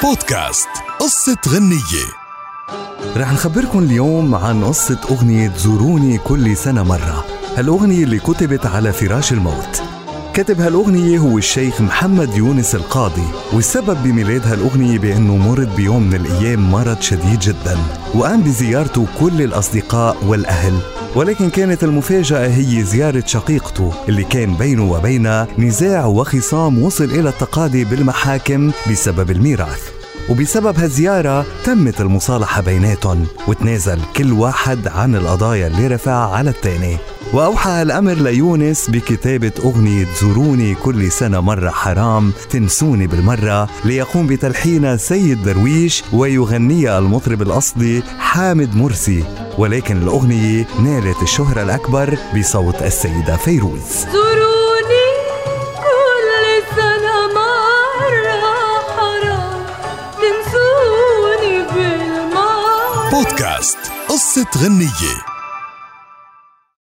بودكاست قصة غنية. رح نخبركن اليوم عن قصة أغنية زوروني كل سنة مرة. هالأغنية اللي كتبت على فراش الموت. كتب هالأغنية هو الشيخ محمد يونس القاضي، والسبب بميلاد هالأغنية بأنه مرض بيوم من الأيام مرض شديد جدا، وقام بزيارته كل الأصدقاء والأهل. ولكن كانت المفاجأة هي زيارة شقيقته اللي كان بينه وبينها نزاع وخصام وصل إلى التقاضي بالمحاكم بسبب الميراث. وبسبب هالزيارة تمت المصالحة بيناتهم، وتنازل كل واحد عن القضايا اللي رفعها على التاني. وأوحى الأمر ليونس بكتابة أغنية زوروني كل سنة مرة حرام تنسوني بالمرة، ليقوم بتلحينها سيد درويش ويغنيها المطرب الأصلي حامد مرسي. ولكن الأغنية نالت الشهرة الأكبر بصوت السيدة فيروز. زوروني كل سنة مرة حرام تنسوني بالمرة. بودكاست قصة غنية.